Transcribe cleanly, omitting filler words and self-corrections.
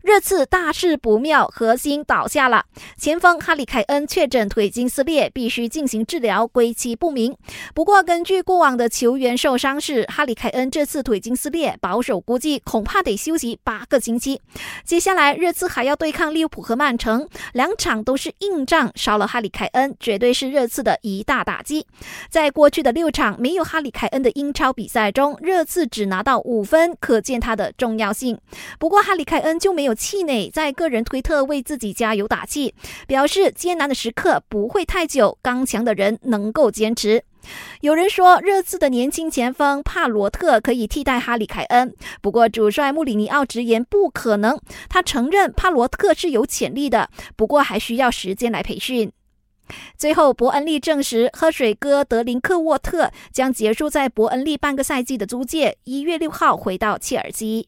热刺大事不妙，核心倒下了。前锋哈里凯恩确诊腿筋撕裂，必须进行治疗，归期不明。不过根据过往的球员受伤史，哈里凯恩这次腿筋撕裂，保守估计恐怕得休息8个星期。接下来热刺还要对抗利物浦和曼城，2场都是硬仗，少了哈里凯恩绝对是热刺的一大打击。在过去的6场没有哈里凯恩的英超比赛中，热刺只拿到5分，可见他的重要性。不过哈里凯恩就没有气馁，在个人推特为自己加油打气，表示艰难的时刻不会太久，刚强的人能够坚持。有人说热刺的年轻前锋帕罗特可以替代哈里凯恩，不过主帅穆里尼奥直言不可能，他承认帕罗特是有潜力的，不过还需要时间来培训。最后伯恩利证实喝水哥德林克沃特将结束在伯恩利半个赛季的租借，1月6号回到切尔西。